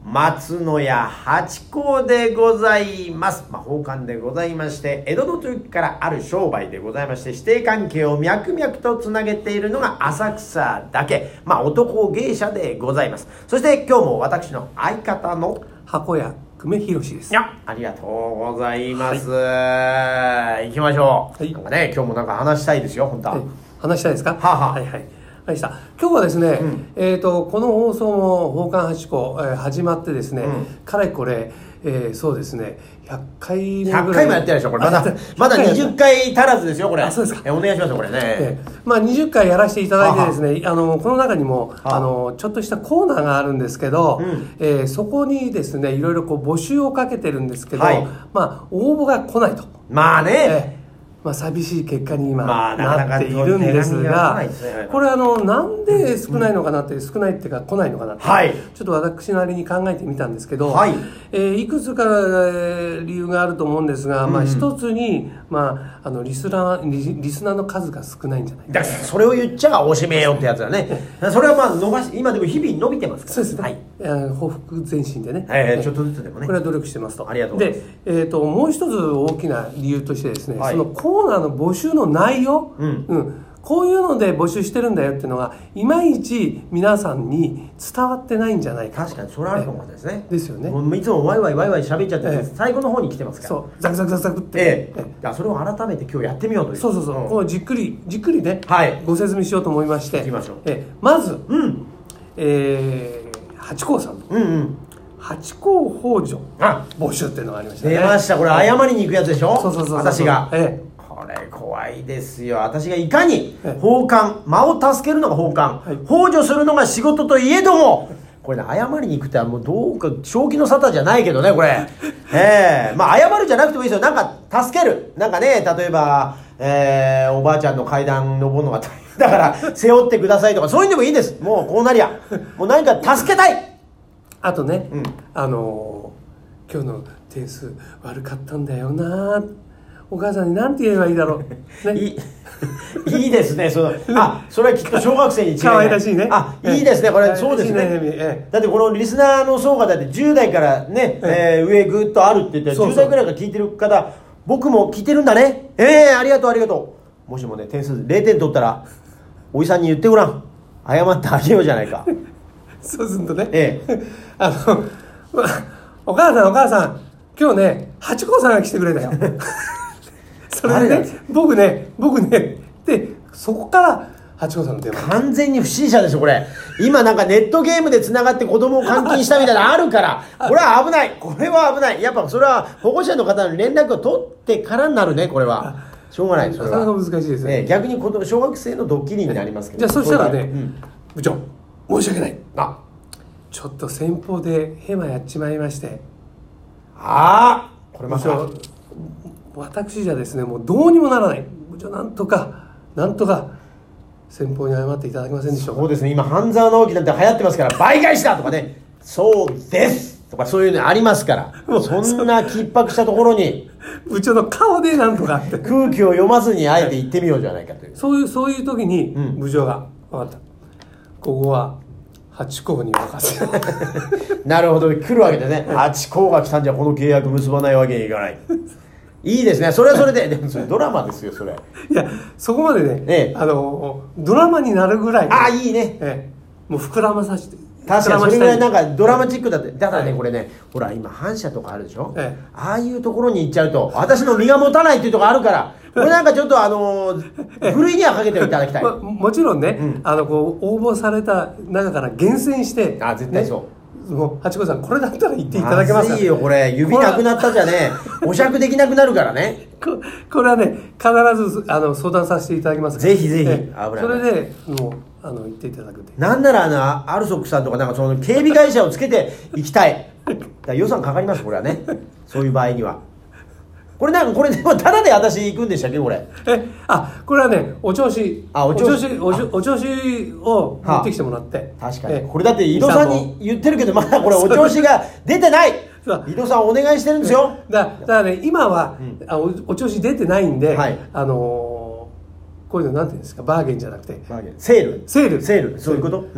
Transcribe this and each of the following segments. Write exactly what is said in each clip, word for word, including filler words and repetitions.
松野屋八甲でございます。まあ、宝冠でございまして、江戸の時からある商売でございまして、師弟関係を脈々とつなげているのが浅草だけ、まあ、男芸者でございます。そして今日も私の相方の箱屋久米宏です。 いや、ありがとうございます。はい、行きましょう。はい、なんかね、今日もなんか話したいですよ、本当は。はい、 話したいですか。 はあ、はあ、 はいはい。はい、今日はですね、うん、えーと、この放送も宝冠八甲、えー、始まってですね、うん、かれこれ、えー、そうですね、ひゃっかいめぐらい。ひゃっかいもやってないでしょ、これ。まだ、まだにじゅっかい足らずですよ、これ。 あ、そうですか。 えー、お願いしますよ、これね。 えー、まあ、にじゅっかいやらせていただいてですね、ははあの、この中にも、はあの、ちょっとしたコーナーがあるんですけど、うん、えー、そこにですね、いろいろこう募集をかけてるんですけど、はい、まあ、応募が来ないと。 まあね。 えーまあ、寂しい結果に今なっているんですが、これあのなんで少ないのかなって、少ないっていうか来ないのかなって、ちょっと私なりに考えてみたんですけど、はい、えー、いくつか理由があると思うんですが、まあ、一つに、まあ、あのリスナーリ、リスナーの数が少ないんじゃないか。 だからそれを言っちゃおしめよってやつだね。それはまあ伸ばし、今でも日々伸びてますから。 そうですね、はい、報復前進でね、 えー、ちょっとずつでもね、 これは努力してますと。 ありがとうございます。 で、えーと、もう一つ大きな理由としてですね、はい、そのコーナーの募集の内容、うんうん、こういうので募集してるんだよっていうのがいまいち皆さんに伝わってないんじゃないか。 確かにそれあるかもですね。 ですよね。 もういつもワイワイワイワイ喋っちゃって、ええ、最後の方に来てますから。 そうザクザクザクザクって、 ええええ、それを改めて今日やってみようという。 そうそうそう、うん、こうじっくりじっくりね、はい、ご説明しようと思いまして、 いきましょう。 ええ、まず、うん、えー、八甲さんの、うんうん、八甲宝女募集っていうのがありましたね。 出ました。これ謝りに行くやつでしょ。 そうそうそうそう、 私が、ええ、これ怖いですよ。私がいかに宝冠、間を助けるのが宝冠、はい、宝女するのが仕事といえども、これね、謝りに行くってもうどうか正気の沙汰じゃないけどね、これ。ええー、まあ謝るじゃなくてもいいですよ。なんか助ける。なんかね、例えば、えー、おばあちゃんの階段登るのが大変だから背負ってくださいとか、そういうのでもいいです。もうこうなりゃ。もう何か助けたい。 あとね、うん、あのー、今日の点数悪かったんだよな、お母さんに何て言えばいいだろう、ね、い, いいですね。そのあそれはきっと小学生に違いない。 可愛らしいね。 あ、いいですね、これ。そうですね、ええ、だってこのリスナーの層がだってじゅう代からね、えええー、上ぐっとあるって言ったらじゅう代くらいから聞いてる方、僕も聞いてるんだね。ええー、ありがとうありがとう。もしもね点数れいてん取ったらおじさんに言ってごらん、謝ってあげようじゃないか。 そうするとね、ええ、あのお母さんお母さん今日ね八甲さんが来てくれたよ。それでね、僕ね僕ねでそこから八甲さんの電話、 完全に不審者でしょこれ。今なんかネットゲームでつながって子供を監禁したみたいなのあるからこれは危ない、これは危ない。やっぱそれは保護者の方の連絡を取ってからになるね。これはしょうがない。それはなかなか難しいですね。 えー、逆に子供小学生のドッキリになりますけど、 じゃあそしたらね、うん、部長申し訳ない、 あちょっと先方でヘマやっちまいまして、 ああこれまた私じゃですねもうどうにもならない。部長なんとかなんとか先方に謝っていただけませんでしょうか。 そうですね、今半沢直樹なんて流行ってますから倍返しだとかね、そうですとかそういうのありますから、もうそんな緊迫したところに部長の顔でなんとか空気を読まずにあえて言ってみようじゃないかという、 そういうそういう時に部長が、うん、分かった、ここは八甲に任せる。 なるほど、来るわけでね、八甲が来たんじゃこの契約結ばないわけにいかない。いいですね、それはそれで。でもそれドラマですよそれ。 いやそこまでね、ええ、あのドラマになるぐらい、ね、 ああいいね、 ええ、もう膨らまさせて。 確かにそれぐらいなんかドラマチックだって。だからね、はい、これね、ほら今反社とかあるでしょ、ええ、ああいうところに行っちゃうと私の身が持たないっていうところあるから、これなんかちょっとあのー、ふるいにはかけていただきたい。 ま、もちろんね、うん、あのこう応募された中から厳選して、 あ絶対そう、 ね、もう八甲さんこれだったら言っていただけますか。 まずいよこれ、指なくなったじゃねお酌できなくなるからね。 こ, これはね必ずあの相談させていただきます。 ぜひぜひ、危ない。それでもうあの言っていただくって。 なんならあのアルソックさんとかなんかその警備会社をつけていきたい。だから予算かかりますこれはね。そういう場合には。これなんかこれでもただで私行くんでしたっけこれ。 えあこれはねお調子あお調子お調子お調子を持ってきてもらって。 確かにこれだって井戸さんに言ってるけどまだこれお調子が出てない。井戸さんお願いしてるんですよ。 だだからね今は、うん、あ お, お調子出てないんで、はい、あのー、こういうのなんていうんですか、バーゲンじゃなくてバーゲンセールセールセールそういうこと。何そう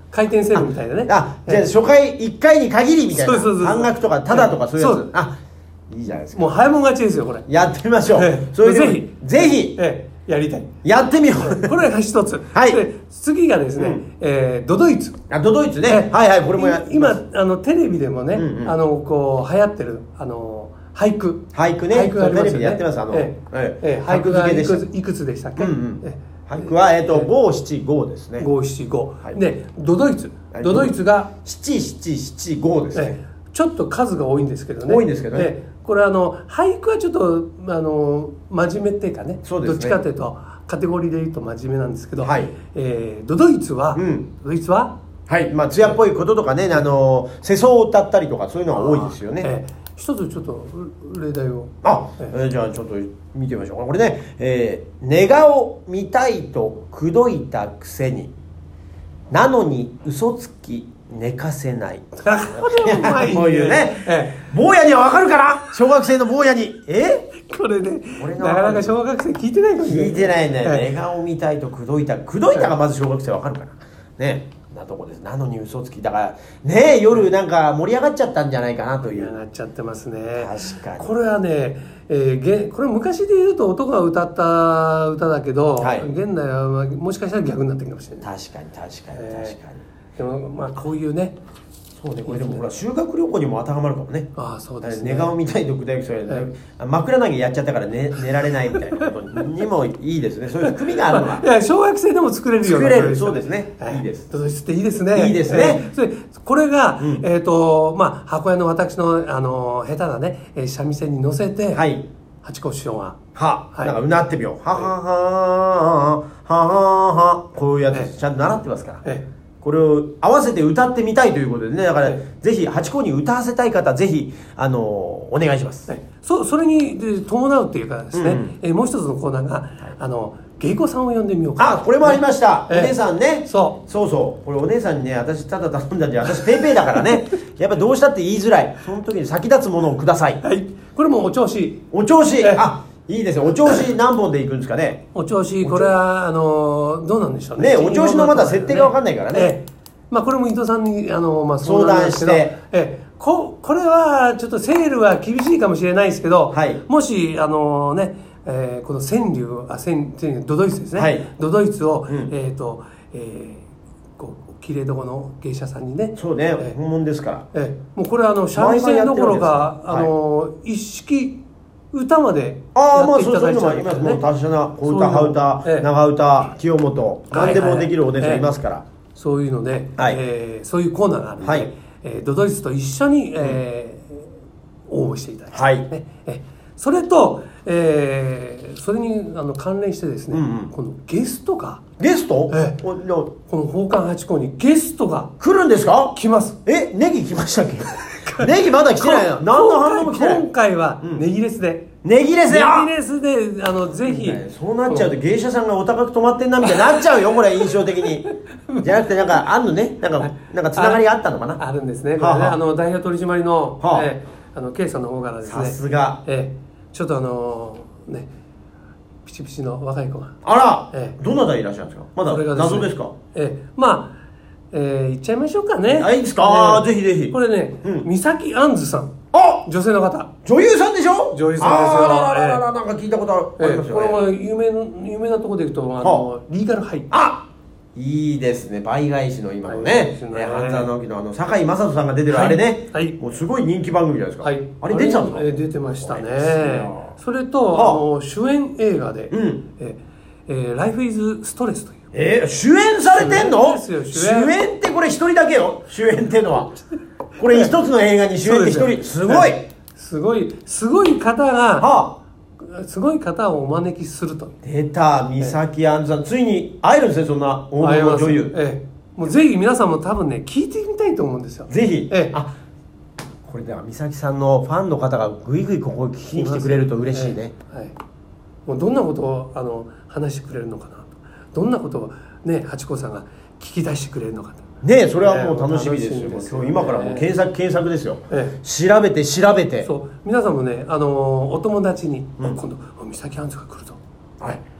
回転セールみたいなね。 あ、じゃあ初回いっかいに限りみたいな。 そうそうそうそう、 半額とかタダとかそういうやつ。あ、いいじゃないですか。 もう早もん勝ちですよこれ。 やってみましょう。 それぜひぜひ、 ええ、やりたい。 やってみよう。 これが一つ。 はい。 で次がですね、えドドイツ。 あ、ドドイツね。はいはい、これもや。 今あのテレビでもね、あのこう流行ってるあの俳句。 俳句ね。 俳句がありますよね。 テレビでやってます。あの、 ええ、俳句がいくつでしたっけ？ 俳句はえっと五七五ですね。 五七五。でドドイツ。ドドイツが七七七五ですね。 ちょっと数が多いんですけどね。 多いんですけどね。 これあの俳句はちょっとあの真面目っていうかね。どっちかというとカテゴリーで言うと真面目なんですけど、えドドイツはドイツははい、まあ艶っぽいこととかね、あの世相を歌ったりとかそういうのが多いですよね。 一つちょっと例題を。 あ、えー、じゃあちょっと見てみましょうか。これね、えー、寝顔見たいと口説いたくせになのに嘘つき寝かせない。 これうまいね。 こういうね、ええ、坊やにはわかるかな、小学生の坊やに。えこれね、なかなか小学生聞いてないかもしれない。 聞いてないね、はい、寝顔見たいと口説いた口説いたがまず小学生わかるかなね。なとこです。なのに嘘つきだからね、夜なんか盛り上がっちゃったんじゃないかなという。 盛り上がっちゃってますね。 確かに。 これはね、えー、これ昔で言うと男が歌った歌だけど、はい、現代はもしかしたら逆になってるかもしれない。 確かに確かに確かに、えー、でもまあこういうね、 そうね、これでもほら修学旅行にも当てはまるかもね。 ああ、そうですね。 寝顔見たいと具体的に、はい、枕投げやっちゃったから 寝, 寝られないみたいなことにもいいですね。そういう組があるのは。 いや、小学生でも作れるような。 作れる、そうですね。はい、いいです。 ドドイツっていいですね。 いいですね。 それこれが、うん、えっ、ー、とまあ箱屋の私のあの下手なね三味線に乗せて、はい、八甲師匠がは、はい、なんかうなってみよう。ははははははこういうやつちゃんと習ってますから。ええ、これを合わせて歌ってみたいということでね、だから、はい、ぜひ八甲に歌わせたい方ぜひあのお願いします。 はい、そ, それに伴うっていうかですね、うん、えもう一つのコーナーが、はい、あの芸妓さんを呼んでみようか。 あ、これもありました、ね、お姉さんね。 そうそうそう、これお姉さんにね、私ただ頼んだんじゃ、私ペイペイだからねやっぱどうしたって言いづらい、その時に先立つものをください。 はい、これもお調子お調子、あ、いいですね。お調子何本でいくんですかね。 お調子、これはあのどうなんでしょうね。 ね、お調子のまだ設定が分かんないからね。ええ、 まあこれも伊藤さんにあの、まあ、 相談して、 えここれはちょっとセールは厳しいかもしれないですけど、はい、もしあのね、えー、この川柳あ川柳ドドイツですね、はい、ドドイツを、うん、えっ、ー、と、えー、こうきれいどこの芸者さんにね、 そうね、えー、本物ですから、 えー、もうこれあの三味線どころかあの、はい、一式歌までやっていただいちゃうんですよね。もう達者な小唄、羽唄、えー、長唄、清本、何でもできるお姉さんいますから、はいはい、 そういうので、はい、えー、そういうコーナーがあるので、はい、えー、ドドイツと一緒に、えー、応募していただきたい、ね、はい、えそれと、えー、それにあの関連してですね、うんうん、このゲストがゲスト、えー、この宝冠八甲にゲストが来るんですか？ 来ます。 え、ネギ来ましたっけ？ネギまだ来てないな。何の反応も来てない。 今回はネギレスで、 うん、ネギレスよ。ネギレスであのぜひ、 ね、そうなっちゃうと芸者さんがお高く止まってんなみたいになっちゃうよこれ印象的に。じゃなくてなんかあんのね、なんかなんかつながりがあったのかな。 あるんですね。これね、あの代表取締の、はあ、えー、あの K さんの方からですね。 さすが。 えー、ちょっとあのー、ね。ピチピチの若い子があら、ええ、どなたいらっしゃるんですか？まだ謎ですか？ ええ、まあ、えー、言っちゃいましょうかね。 あ、いいですか？ぜひぜひ。 これね、三崎杏樹さん、 あ、 女性の方、 女優さんでしょ？ 女優さんですよ。 あらららら、なんか聞いたことありますよね。 これも有名な有名なところで言うとあのリーガルハイ。 あ、いいですね。倍返しの今のね、半沢直樹のあの堺雅人さんが出てるあれね、もうすごい人気番組じゃないですか。あれ出てたんですか？ 出てましたね。それとあの主演映画で、ええ、ライフイズストレスという。 えー、主演されてんの？主演主演ってこれ一人だけよ。主演っていうのはこれ一つの映画に主演って一人、すごいすごいすごい方が、はあ、すごい方をお招きすると。 出た、三崎杏樹さん、ついに会えるんですね、そんな大物女優。 ええ、もうぜひ皆さんも多分ね聞いてみたいと思うんですよ。 ぜひ、 ええ、 あ、これでは三崎さんのファンの方がぐいぐいここ聞きに来てくれると嬉しいね。 ええ、はい、もうどんなことをあの話してくれるのかなと、どんなことをね八甲さんが聞き出してくれるのかと。 ねえ、それはもう楽しみですよ。ですよね、今からもう検索検索ですよ、ええ、調べて調べて。 そう、皆さんもね、あのお友達に、うん、今度三崎杏樹が来ると、はい、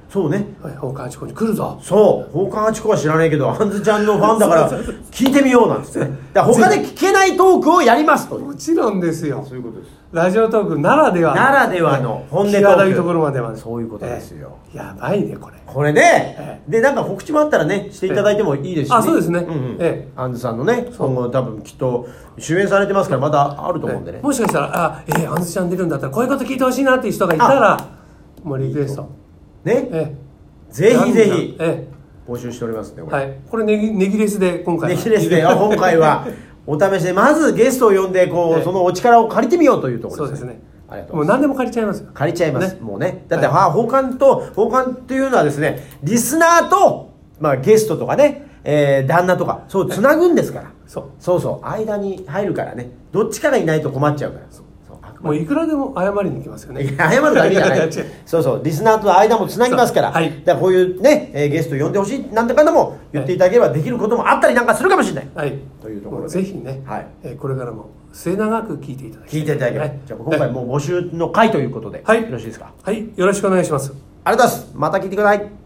そうね、 宝冠八甲に来るぞ。 そう宝冠八甲は知らないけどあんずちゃんのファンだから聞いてみようなんですね。だから他で聞けないトークをやりますと。 もちろんですよ。 そういうことです。 ラジオトークならではならではの本音トーク、 際どいところまではそういうことですよ、 えー、やばいねこれこれね、えー、でなんか告知もあったらねしていただいてもいいですし、ね、 あそうですね、 うんうん、えー、アンズさんのね今後多分きっと主演されてますからまだあると思うんでね、 えー、もしかしたらあえー、アンズちゃん出るんだったらこういうこと聞いてほしいなっていう人がいたらもうリクエストね、えー、ぜひぜひ、えー、募集しておりますねこれ、 はい、これネギ、ネギレスで今回はネギレスで今回はお試しでまずゲストを呼んでこう、えー、そのお力を借りてみようというところですね。 そうですね。ありがとうございます。もう何でも借りちゃいますよ。 借りちゃいます、ね、もうねだって、はい、宝冠と宝冠っていうのはですねリスナーと、まあ、ゲストとかね、えー、旦那とかそうつなぐんですから、そうそうそう間に入るからねどっちかがいないと困っちゃうからそうそうもういくらでも謝りに行きますよね。 謝るだけじゃないそうそうリスナーとの間もつなぎますから、はい、だからこういうね、えー、ゲスト呼んでほしいなんて方も言っていただければできることもあったりなんかするかもしれない、はい、というところでぜひね、はいえー、これからも末永く聞いていただき聞いていただければ、はい、じゃあ今回もう募集の回ということで、はい、よろしいですか。 はいよろしくお願いします。 ありがとうございます。また聞いてください。